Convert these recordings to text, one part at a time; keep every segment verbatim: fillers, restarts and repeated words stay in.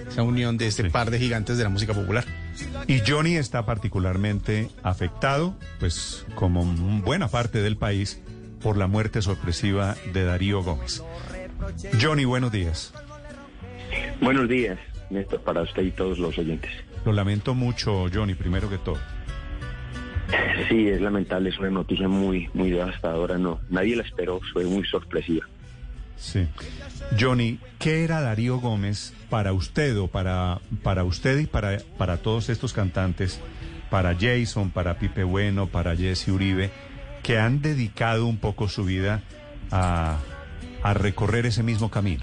esa unión de este sí. par de gigantes de la música popular. Y Johnny está particularmente afectado, pues como buena parte del país, por la muerte sorpresiva de Darío Gómez. Johnny, buenos días. Buenos días, Néstor, para usted y todos los oyentes. Lo lamento mucho, Johnny, primero que todo. Sí, es lamentable, es una noticia muy, muy devastadora, no, nadie la esperó, fue muy sorpresiva. Sí. Johnny, ¿qué era Darío Gómez para usted o para, para usted y para, para todos estos cantantes, para Jason, para Pipe Bueno, para Jesse Uribe, que han dedicado un poco su vida a, a recorrer ese mismo camino?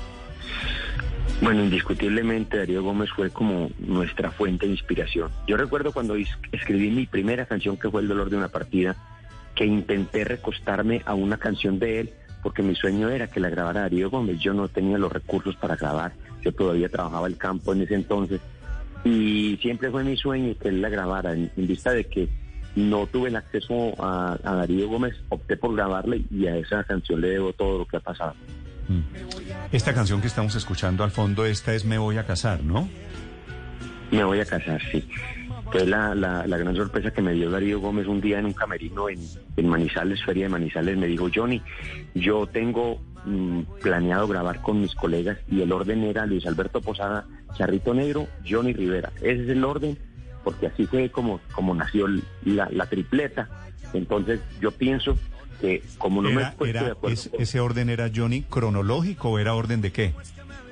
Bueno, indiscutiblemente Darío Gómez fue como nuestra fuente de inspiración. Yo recuerdo cuando escribí mi primera canción, que fue El dolor de una partida, que intenté recostarme a una canción de él, porque mi sueño era que la grabara Darío Gómez. Yo no tenía los recursos para grabar, yo todavía trabajaba el campo en ese entonces, y siempre fue mi sueño que él la grabara. En, en vista de que no tuve el acceso a, a Darío Gómez, opté por grabarle, y a esa canción le debo todo lo que ha pasado. Esta canción que estamos escuchando al fondo, esta es Me voy a casar, ¿no? Me voy a casar, sí. Fue la, la, la gran sorpresa que me dio Darío Gómez un día en un camerino en, en Manizales, Feria de Manizales. Me dijo: Johnny, yo tengo mmm, planeado grabar con mis colegas, y el orden era Luis Alberto Posada, Charrito Negro, Johnny Rivera. Ese es el orden, porque así fue como, como nació la, la tripleta. Entonces yo pienso que como no era, me he puesto era, de acuerdo... Es, ¿Ese orden era, Johnny, cronológico o era orden de qué?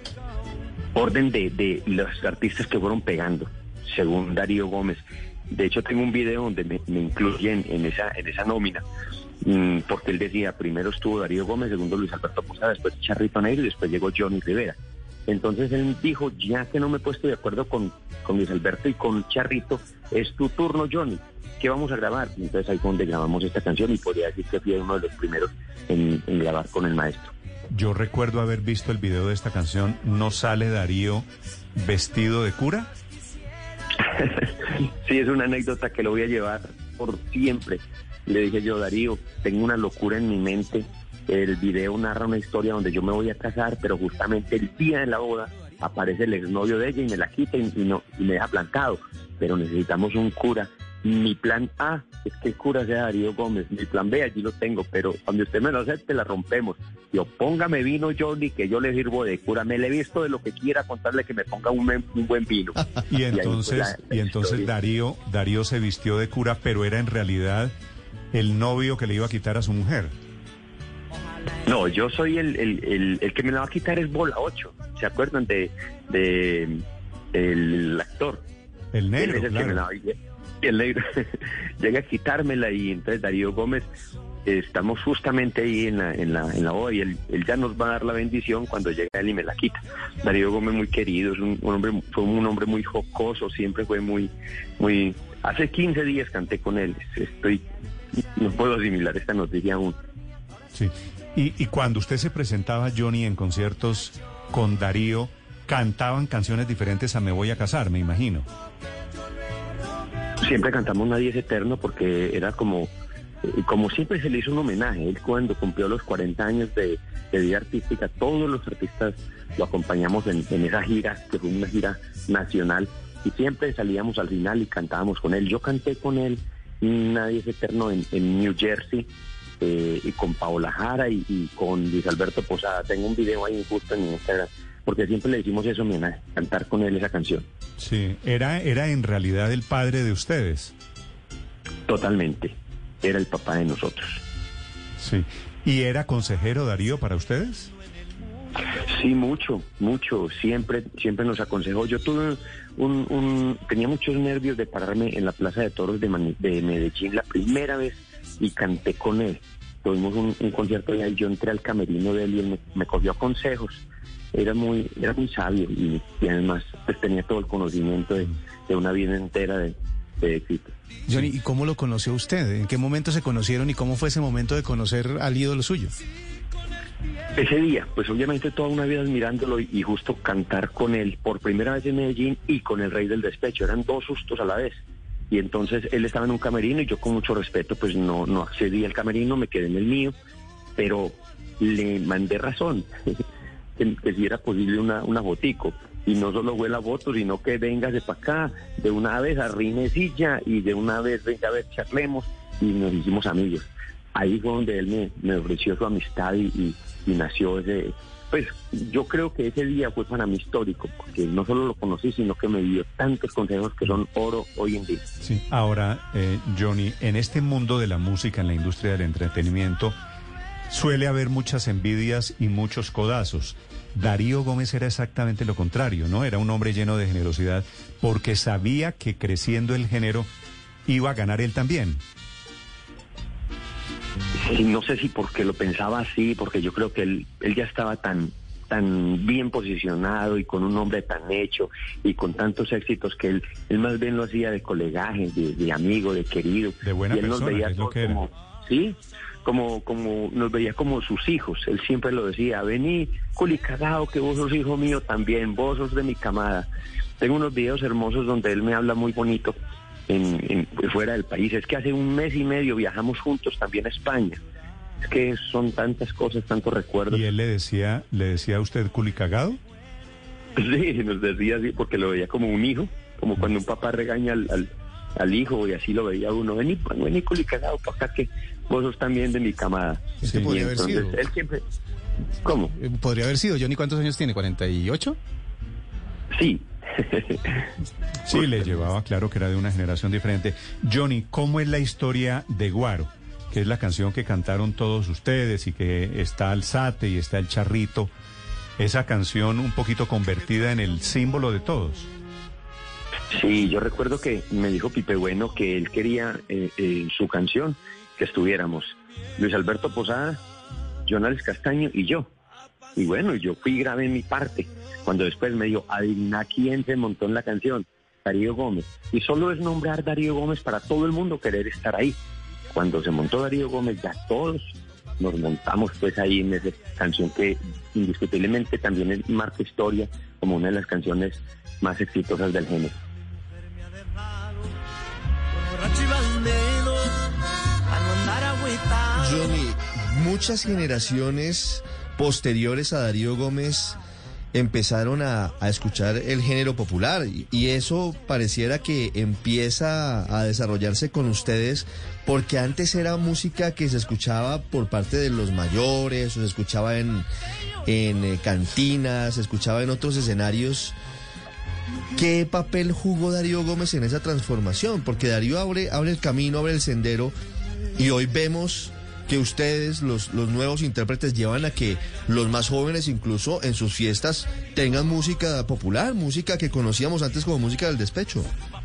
Orden de, de los artistas que fueron pegando, según Darío Gómez. De hecho, tengo un video donde me, me incluyen en esa, en esa nómina, mmm, porque él decía, primero estuvo Darío Gómez, segundo Luis Alberto Posada, después Charrito Negro y después llegó Johnny Rivera. Entonces él dijo, ya que no me he puesto de acuerdo con, con Luis Alberto y con Charrito, es tu turno, Johnny, ¿qué vamos a grabar? Y entonces ahí fue donde grabamos esta canción, y podría decir que fui uno de los primeros en, en grabar con el maestro. Yo recuerdo haber visto el video de esta canción. ¿No sale Darío vestido de cura? Sí, es una anécdota que lo voy a llevar por siempre. Le dije yo, Darío, tengo una locura en mi mente. El video narra una historia donde yo me voy a casar, pero justamente el día de la boda aparece el exnovio de ella y me la quita y, y, no, y me deja plantado. Pero necesitamos un cura. Mi plan A es que el cura sea Darío Gómez. Mi plan B, allí lo tengo, pero cuando usted me lo acepte, la rompemos. Yo, póngame vino, Johnny, que yo le sirvo de cura. Me le he visto de lo que quiera, contarle que me ponga un, un buen vino. Y entonces, y, la, la y entonces Darío, Darío se vistió de cura, pero era en realidad el novio que le iba a quitar a su mujer. No, yo soy el, el, el, el que me la va a quitar es Bola ocho. ¿Se acuerdan de, de el actor? El negro, Él es el claro. que me la va a quitar. Y el negro llega a quitármela, y entonces Darío Gómez, eh, estamos justamente ahí en la, en la, en la boda, y él, él ya nos va a dar la bendición cuando llega él y me la quita. Darío Gómez muy querido, es un, un hombre, fue un hombre muy jocoso, siempre fue muy, muy... Hace quince días canté con él, estoy, no puedo asimilar esta noticia aún. Sí, y, y cuando usted se presentaba, Johnny, en conciertos con Darío, cantaban canciones diferentes a Me voy a casar, me imagino. Siempre cantamos Nadie es eterno, porque era como, como siempre se le hizo un homenaje. Él, cuando cumplió los cuarenta años de, de vida artística, todos los artistas lo acompañamos en, en esa gira, que fue una gira nacional, y siempre salíamos al final y cantábamos con él. Yo canté con él Nadie es eterno en, en New Jersey, eh, y con Paola Jara y, y con Luis Alberto Posada. Tengo un video ahí justo en Instagram, porque siempre le decimos eso, homenaje, cantar con él esa canción. Sí, era, era en realidad el padre de ustedes. Totalmente, era el papá de nosotros. Sí, ¿y era consejero Darío para ustedes? Sí, mucho, mucho, siempre, siempre nos aconsejó. Yo tuve un, un, tenía muchos nervios de pararme en la Plaza de Toros de, Man, de Medellín la primera vez, y canté con él. Tuvimos un, un concierto y ahí yo entré al camerino de él y él me, me cogió consejos. Era muy, era muy sabio, y, y además pues tenía todo el conocimiento de, de una vida entera de, de éxito. Johnny, ¿y cómo lo conoció usted? ¿En qué momento se conocieron y cómo fue ese momento de conocer al ídolo suyo? Ese día, pues obviamente toda una vida admirándolo, y, y justo cantar con él por primera vez en Medellín y con el Rey del Despecho, eran dos sustos a la vez. Y entonces él estaba en un camerino y yo, con mucho respeto, pues no, no accedí al camerino, me quedé en el mío, pero le mandé razón. Que, que si era posible una, una fotico. Y no solo fue la foto, sino que véngase para acá, de una vez arrime silla y de una vez venga a ver, charlemos, y nos hicimos amigos. Ahí fue donde él me, me ofreció su amistad y, y, y nació ese... Pues yo creo que ese día fue para mí histórico, porque no solo lo conocí, sino que me dio tantos consejos que son oro hoy en día. Sí. Ahora, eh, Johnny, en este mundo de la música, en la industria del entretenimiento, suele haber muchas envidias y muchos codazos. Darío Gómez era exactamente lo contrario, ¿no? Era un hombre lleno de generosidad porque sabía que creciendo el género iba a ganar él también. Sí, no sé si porque lo pensaba así, porque yo creo que él, él ya estaba tan, tan bien posicionado y con un nombre tan hecho y con tantos éxitos que él, él más bien lo hacía de colegaje, de, de amigo, de querido. De buena y él persona, nos veía es lo que como, era. sí, como, como nos veía como sus hijos. Él siempre lo decía, vení, culicagao, que vos sos hijo mío también, vos sos de mi camada. Tengo unos videos hermosos donde él me habla muy bonito. En, en, fuera del país. Es que hace un mes y medio viajamos juntos también a España. Es que son tantas cosas, tantos recuerdos. ¿Y él le decía, le decía a usted culicagado? Sí, nos decía así porque lo veía como un hijo, como cuando un papá regaña al, al, al hijo y así lo veía uno. Vení, vení culicagado para acá que vos sos también de mi camada. Este Sí, podría y haber entonces sido. él siempre... ¿Cómo? Eh, Podría haber sido. Johnny, ¿cuántos años tiene? ¿cuarenta y ocho? Sí. Sí, le llevaba claro que era de una generación diferente. Johnny, ¿cómo es la historia de Guaro? Que es la canción que cantaron todos ustedes y que está Alzate y está El Charrito. Esa canción un poquito convertida en el símbolo de todos. Sí, yo recuerdo que me dijo Pipe Bueno que él quería eh, eh, su canción que estuviéramos Luis Alberto Posada, Jonales Castaño y yo. Y bueno, yo fui y grabé mi parte. Cuando después me dijo, adivina quién se montó en la canción, Darío Gómez. Y solo es nombrar Darío Gómez para todo el mundo querer estar ahí. Cuando se montó Darío Gómez, ya todos nos montamos pues ahí en esa canción que indiscutiblemente también marca historia como una de las canciones más exitosas del género. Johnny, muchas generaciones posteriores a Darío Gómez empezaron a, a escuchar el género popular y, y eso pareciera que empieza a desarrollarse con ustedes porque antes era música que se escuchaba por parte de los mayores o se escuchaba en, en eh, cantinas, se escuchaba en otros escenarios. ¿Qué papel jugó Darío Gómez en esa transformación? Porque Darío abre, abre el camino, abre el sendero y hoy vemos que ustedes, los, los nuevos intérpretes, llevan a que los más jóvenes incluso en sus fiestas tengan música popular, música que conocíamos antes como música del despecho.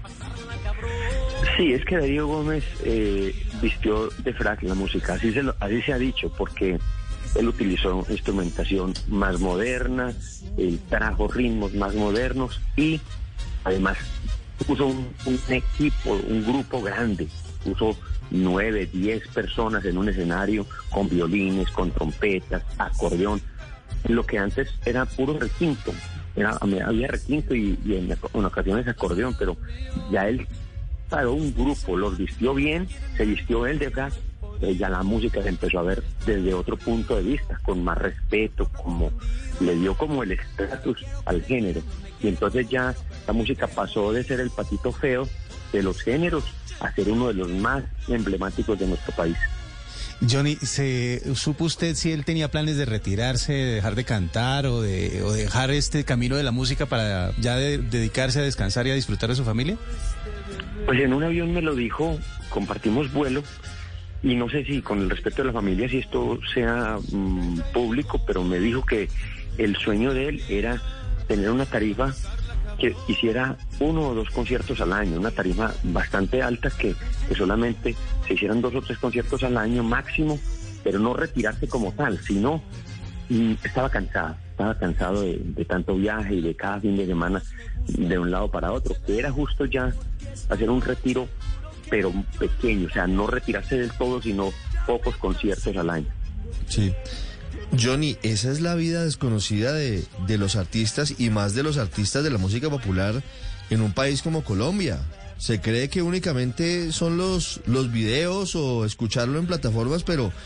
Sí, es que Darío Gómez eh, vistió de frac la música, así se, lo, así se ha dicho, porque él utilizó instrumentación más moderna, él trajo ritmos más modernos y además puso un, un equipo, un grupo grande, puso nueve, diez personas en un escenario con violines, con trompetas, acordeón, lo que antes era puro requinto, era, había requinto y, y en, en ocasiones acordeón, pero ya él paró un grupo, los vistió bien, se vistió él de frac, eh, ya la música se empezó a ver desde otro punto de vista, con más respeto, como le dio como el estatus al género, y entonces ya la música pasó de ser el patito feo de los géneros a ser uno de los más emblemáticos de nuestro país. Johnny, ¿se supo usted si él tenía planes de retirarse, de dejar de cantar o de o dejar este camino de la música para ya de, dedicarse a descansar y a disfrutar de su familia? Pues en un avión me lo dijo, compartimos vuelo, y no sé si con el respeto de la familia, si esto sea mmm, público, pero me dijo que el sueño de él era tener una tarifa que hiciera uno o dos conciertos al año, una tarifa bastante alta, que, que solamente se hicieran dos o tres conciertos al año máximo, pero no retirarse como tal, sino y estaba cansado, estaba cansado de, de tanto viaje y de cada fin de semana de un lado para otro, que era justo ya hacer un retiro, pero pequeño, o sea, no retirarse del todo, sino pocos conciertos al año. Sí. Johnny, esa es la vida desconocida de, de los artistas y más de los artistas de la música popular en un país como Colombia. Se cree que únicamente son los, los videos o escucharlo en plataformas, pero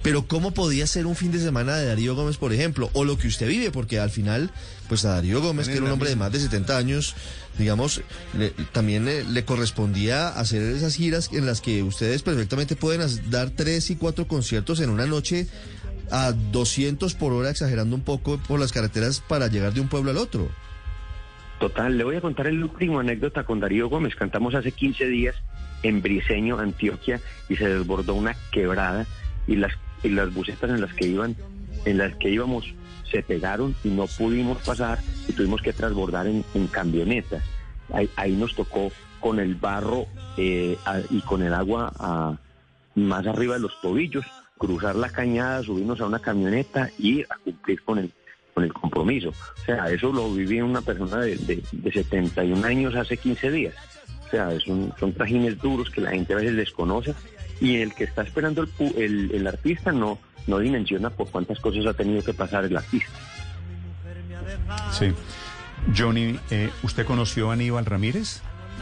pero ¿cómo podía ser un fin de semana de Darío Gómez, por ejemplo? O lo que usted vive, porque al final, pues a Darío Gómez, que era un hombre de más de setenta años, digamos, le, también le, le correspondía hacer esas giras en las que ustedes perfectamente pueden as- dar tres y cuatro conciertos en una noche a doscientos por hora, exagerando un poco, por las carreteras para llegar de un pueblo al otro. Total, le voy a contar el último anécdota con Darío Gómez. Cantamos hace quince días en Briseño, Antioquia, y se desbordó una quebrada y las y las busetas en las que iban, en las que íbamos se pegaron y no pudimos pasar y tuvimos que transbordar en, en camionetas. Ahí, ahí nos tocó con el barro eh, a, y con el agua a, más arriba de los tobillos, cruzar la cañada, subirnos a una camioneta y a cumplir con el con el compromiso. O sea, eso lo viví una persona de, de, de setenta y un años hace quince días. O sea, es un, son trajines duros que la gente a veces desconoce y el que está esperando el, el, el artista no, no dimensiona por cuántas cosas ha tenido que pasar el artista. Sí. Johnny, eh, ¿usted conoció a Aníbal Ramírez?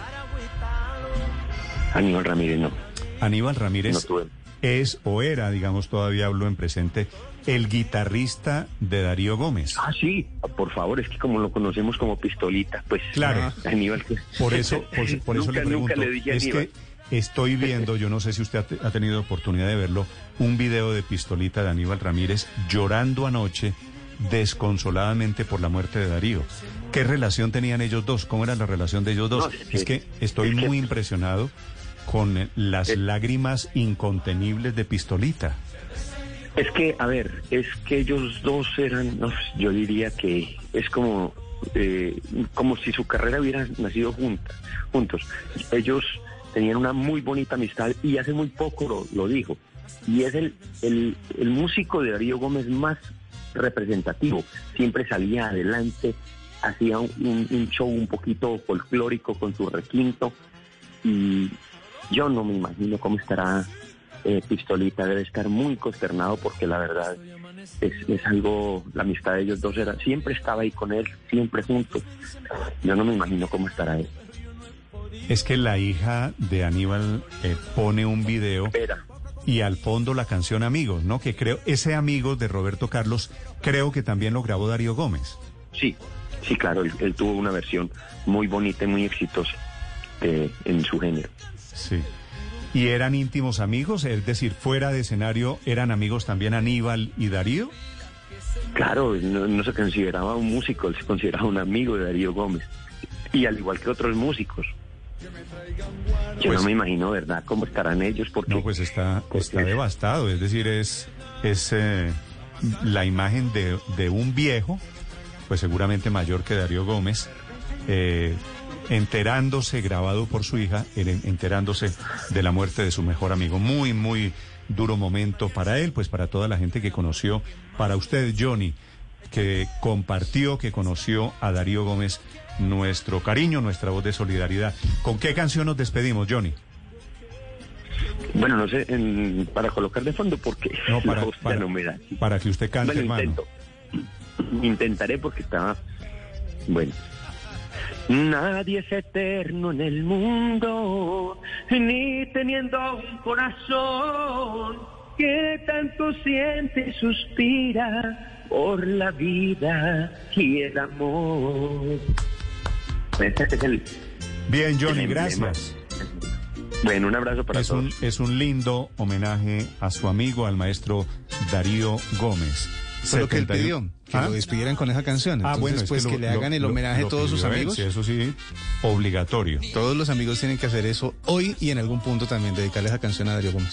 Aníbal Ramírez no. Aníbal Ramírez No tuve. es o era, digamos, todavía hablo en presente, el guitarrista de Darío Gómez. Ah, sí, por favor, es que como lo conocemos como Pistolita, pues Claro. Aníbal. Que... Por eso, por, por eso nunca, le pregunto. Nunca le dije es Aníbal. que estoy viendo, yo no sé si usted ha, te- ha tenido oportunidad de verlo, un video de Pistolita de Aníbal Ramírez llorando anoche desconsoladamente por la muerte de Darío. ¿Qué relación tenían ellos dos? ¿Cómo era la relación de ellos dos? No, es que- es que estoy es que- muy impresionado con eh, las Es- lágrimas incontenibles de Pistolita. Es que, a ver, es que ellos dos eran, no, yo diría que es como, eh, como si su carrera hubiera nacido juntas, juntos. Ellos tenían una muy bonita amistad y hace muy poco lo, lo dijo. Y es el, el, el músico de Darío Gómez más representativo. Siempre salía adelante, hacía un, un, un show un poquito folclórico con su requinto y yo no me imagino cómo estará eh, Pistolita. Debe estar muy consternado porque la verdad es, es algo, la amistad de ellos dos era, siempre estaba ahí con él, siempre juntos. Yo no me imagino cómo estará él. Es que la hija de Aníbal eh, pone un video Espera. y al fondo la canción Amigos, ¿no? Que creo, ese Amigos de Roberto Carlos, creo que también lo grabó Darío Gómez. Sí, sí, claro, él, él tuvo una versión muy bonita y muy exitosa eh, en su género. Sí. ¿Y eran íntimos amigos? Es decir, fuera de escenario, ¿eran amigos también Aníbal y Darío? Claro, no, no se consideraba un músico, él se consideraba un amigo de Darío Gómez. Y al igual que otros músicos. Yo Pues- no me imagino, ¿verdad?, cómo estarán ellos, porque... No, pues está, porque está devastado. Es decir, es, es eh, la imagen de, de un viejo, pues seguramente mayor que Darío Gómez, eh, enterándose, grabado por su hija, en- enterándose de la muerte de su mejor amigo. Muy, muy duro momento para él, pues para toda la gente que conoció, para usted, Johnny, que compartió, que conoció a Darío Gómez, nuestro cariño, nuestra voz de solidaridad. ¿Con qué canción nos despedimos, Johnny? Bueno, no sé, en- para colocar de fondo, porque No, para, la voz ya para, no me da. para que usted cante, Bueno, hermano. intento. Intentaré porque estaba... Bueno. Nadie es eterno en el mundo, ni teniendo un corazón que tanto siente y suspira por la vida y el amor. Este es el... Bien, Johnny, el emblema. gracias. Bueno, un abrazo para Es todos. un, es un lindo homenaje a su amigo, al maestro Darío Gómez. Fue lo que él setenta y pidió, uno. que ¿Ah? lo despidieran con esa canción. Ah, Entonces, bueno, es pues que, que, lo- le hagan lo- el lo- homenaje lo a todos sus pidió él, amigos. sí, eso sí, obligatorio. Todos los amigos tienen que hacer eso hoy y en algún punto también dedicarle esa canción a Darío Gómez.